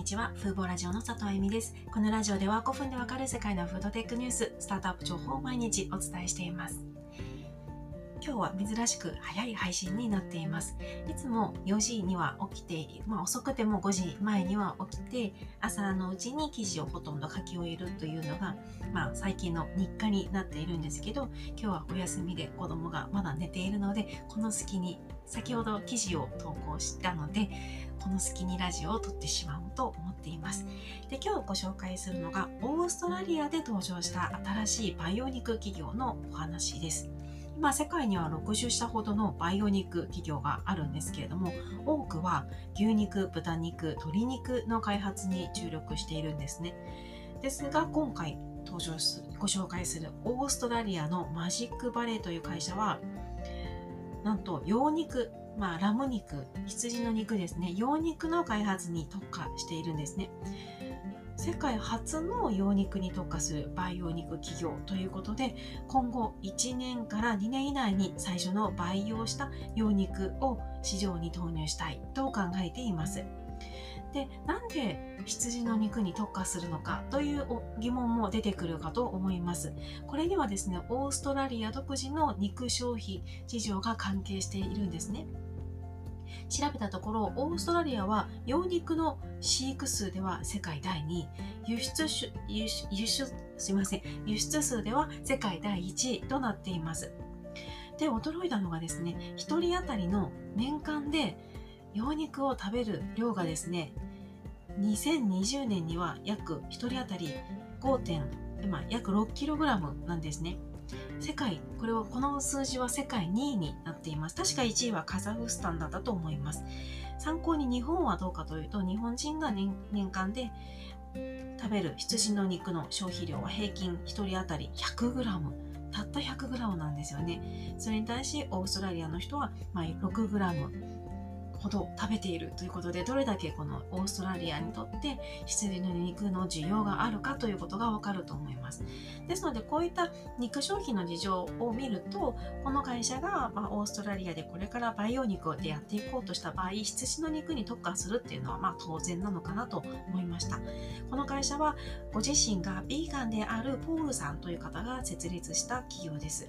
ちは。フーボーラジオの佐藤あゆみです。このラジオでは5分でわかる世界のフードテックニュース、スタートアップ情報を毎日お伝えしています。今日は珍しく早い配信になっています。いつも4時には起きて、遅くても5時前には起きて、朝のうちに記事をほとんど書き終えるというのが、最近の日課になっているんですけど、今日はお休みで子供がまだ寝ているので、この隙に先ほど記事を投稿したので、この隙にラジオを撮ってしまうと思っています。で、今日ご紹介するのが、オーストラリアで登場した新しい培養肉企業のお話です。今世界には60社ほどの培養肉企業があるんですけれども、多くは牛肉、豚肉、鶏肉の開発に注力しているんですね。ですが今回ご紹介するオーストラリアのマジックバレーという会社は、なんと羊肉、ラム肉、羊の肉ですね、羊肉の開発に特化しているんですね。世界初の羊肉に特化する培養肉企業ということで、今後1年から2年以内に最初の培養した羊肉を市場に投入したいと考えています。で、なんで羊の肉に特化するのかという疑問も出てくるかと思います。これにはですね、オーストラリア独自の肉消費事情が関係しているんですね。調べたところ、オーストラリアは羊肉の飼育数では世界第2位、輸出数では世界第1位となっています。で、驚いたのがですね、1人当たりの年間で羊肉を食べる量がですね、2020年には約1人当たり約 6kg なんですね。この数字は世界2位になっています。確か1位はカザフスタンだったと思います。参考に日本はどうかというと、日本人が 年間で食べる羊の肉の消費量は平均1人当たり 100g。たった 100g なんですよね。それに対しオーストラリアの人は6gほど食べているということで、どれだけこのオーストラリアにとって羊の肉の需要があるかということがわかると思います。ですので、こういった肉消費の事情を見ると、この会社がオーストラリアでこれから培養肉でやっていこうとした場合、羊の肉に特化するっていうのは当然なのかなと思いました。この会社はご自身がビーガンであるポールさんという方が設立した企業です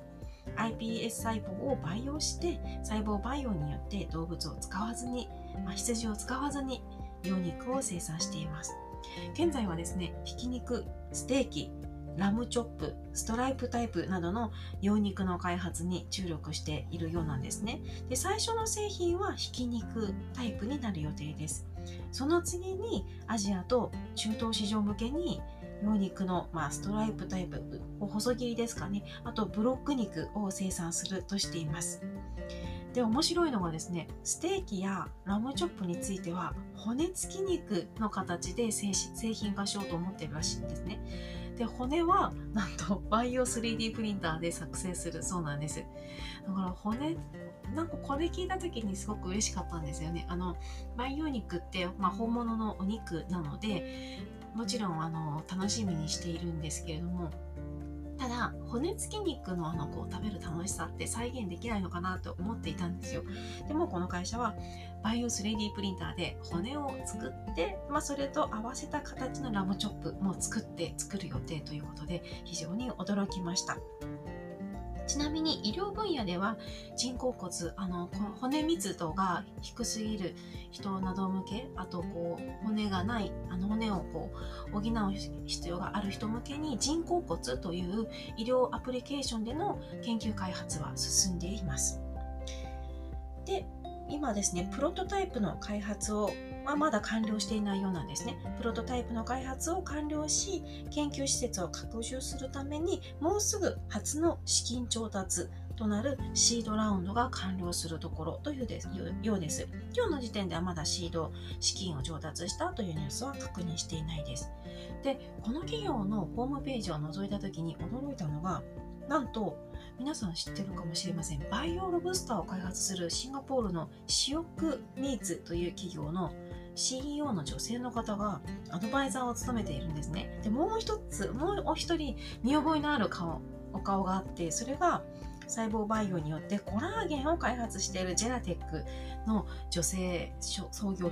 。iPS 細胞を培養して、細胞培養によって動物を使わずに、羊を使わずに羊肉を生産しています。現在はですね、ひき肉、ステーキ、ラムチョップ、ストライプタイプなどの羊肉の開発に注力しているようなんですね。で、最初の製品はひき肉タイプになる予定です。その次にアジアと中東市場向けに羊肉の、ストライプタイプ、細切りですかね。あとブロック肉を生産するとしています。で、面白いのがですね、ステーキやラムチョップについては骨付き肉の形で製品化しようと思っているらしいんですね。で、骨はなんとバイオ 3D プリンターで作成するそうなんです。だからこれ聞いた時にすごく嬉しかったんですよね。培養肉って本物のお肉なので、もちろん楽しみにしているんですけれども、ただ骨付き肉の食べる楽しさって再現できないのかなと思っていたんですよ。でもこの会社はバイオ 3D プリンターで骨を作って、それと合わせた形のラムチョップも作る予定ということで、非常に驚きました。ちなみに医療分野では人工骨、骨密度が低すぎる人など向け、あと骨がない、骨を補う必要がある人向けに人工骨という医療アプリケーションでの研究開発は進んでいます。で、今ですね、プロトタイプの開発をまだ完了していないようなんですね。プロトタイプの開発を完了し、研究施設を拡充するために、もうすぐ初の資金調達となるシードラウンドが完了するところというようです。今日の時点ではまだ資金を調達したというニュースは確認していないです。で、この企業のホームページを覗いた時に驚いたのが、なんと皆さん知ってるかもしれません。バイオロブスターを開発するシンガポールのシオクミーツという企業の CEO の女性の方がアドバイザーを務めているんですね。で、もう一人見覚えのあるお顔があって、それが細胞培養によってコラーゲンを開発しているジェラテックの女性創業者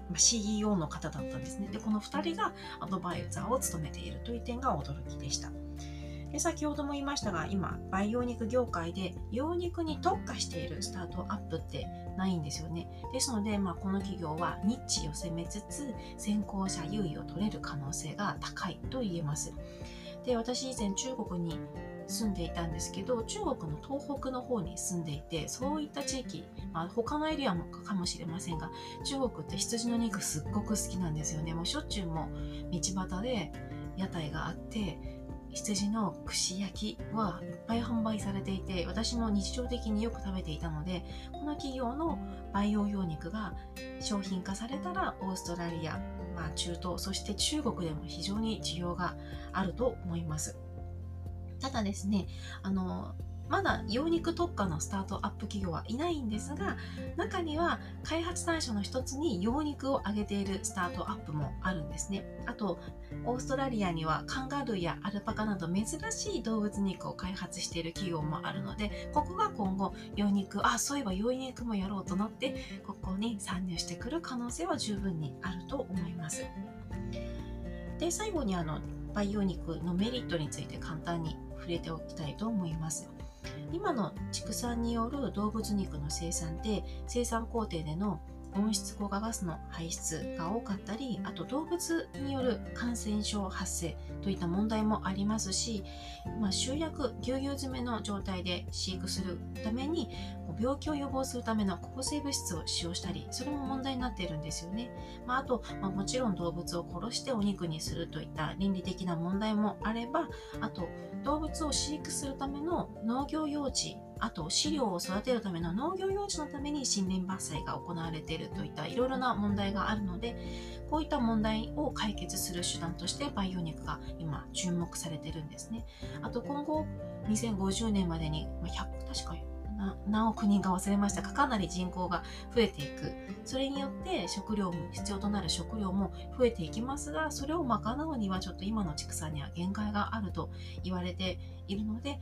CEO の方だったんですね。で、この2人がアドバイザーを務めているという点が驚きでした。で、先ほども言いましたが、今培養肉業界で養肉に特化しているスタートアップってないんですよね。ですので、この企業はニッチを攻めつつ先行者優位を取れる可能性が高いと言えます。で、私以前中国に住んでいたんですけど、中国の東北の方に住んでいて、そういった地域、他のエリアもかもしれませんが、中国って羊の肉すっごく好きなんですよね。もうしょっちゅうも道端で屋台があって、羊の串焼きはいっぱい販売されていて、私も日常的によく食べていたので、この企業の培養用肉が商品化されたらオーストラリア、中東、そして中国でも非常に需要があると思います。ただですね、まだ養肉特化のスタートアップ企業はいないんですが、中には開発対象の一つに養肉を挙げているスタートアップもあるんですね。あと、オーストラリアにはカンガルーやアルパカなど珍しい動物肉を開発している企業もあるので、ここが今後養肉、そういえば養肉もやろうとなってここに参入してくる可能性は十分にあると思います。で、最後に培養肉のメリットについて簡単に触れておきたいと思います。今の畜産による動物肉の生産で、生産工程での温室効果ガスの排出が多かったり、あと動物による感染症発生といった問題もありますし、集約ぎゅうぎゅう詰めの状態で飼育するために病気を予防するための抗生物質を使用したり、それも問題になっているんですよね。あと、もちろん動物を殺してお肉にするといった倫理的な問題もあれば、あと動物を飼育するための農業用地、あと飼料を育てるための農業用地のために森林伐採が行われているといったいろいろな問題があるので、こういった問題を解決する手段として培養肉が今注目されているんですね。あと今後2050年までに確か何億人か忘れましたが、かなり人口が増えていく。それによって必要となる食料も増えていきますが、それを賄うにはちょっと今の畜産には限界があると言われているので、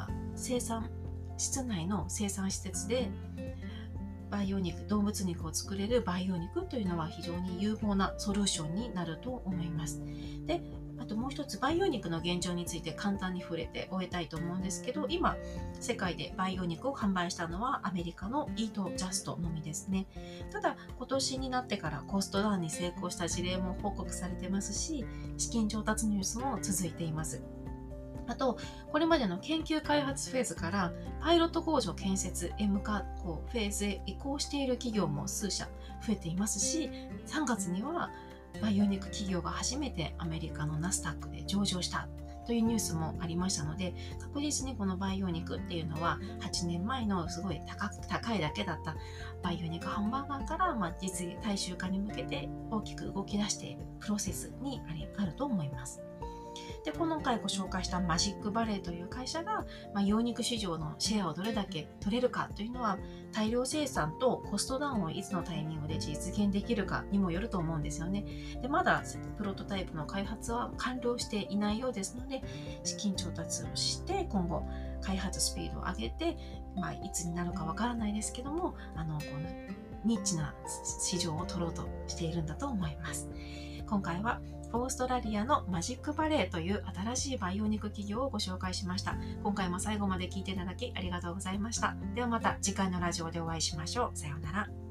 室内の生産施設で培養肉、動物肉を作れる培養肉というのは非常に有望なソリューションになると思います。で、あともう一つ、培養肉の現状について簡単に触れて終えたいと思うんですけど、今世界で培養肉を販売したのはアメリカのイートジャストのみですね。ただ今年になってからコストダウンに成功した事例も報告されてますし、資金調達ニュースも続いています。あと、これまでの研究開発フェーズからパイロット工場建設 M 化フェーズへ移行している企業も数社増えていますし、3月には培養肉企業が初めてアメリカのナスダックで上場したというニュースもありましたので、確実にこの培養肉っていうのは8年前のすごい高いだけだった培養肉ハンバーガーから実現大衆化に向けて大きく動き出しているプロセスにあると思います。で、今回ご紹介したマジックバレーという会社が、養肉市場のシェアをどれだけ取れるかというのは、大量生産とコストダウンをいつのタイミングで実現できるかにもよると思うんですよね。で、まだプロトタイプの開発は完了していないようですので、資金調達をして今後開発スピードを上げて、いつになるかわからないですけども、このニッチな市場を取ろうとしているんだと思います。今回はオーストラリアのマジックバレーという新しい培養肉企業をご紹介しました。今回も最後まで聞いていただきありがとうございました。ではまた次回のラジオでお会いしましょう。さようなら。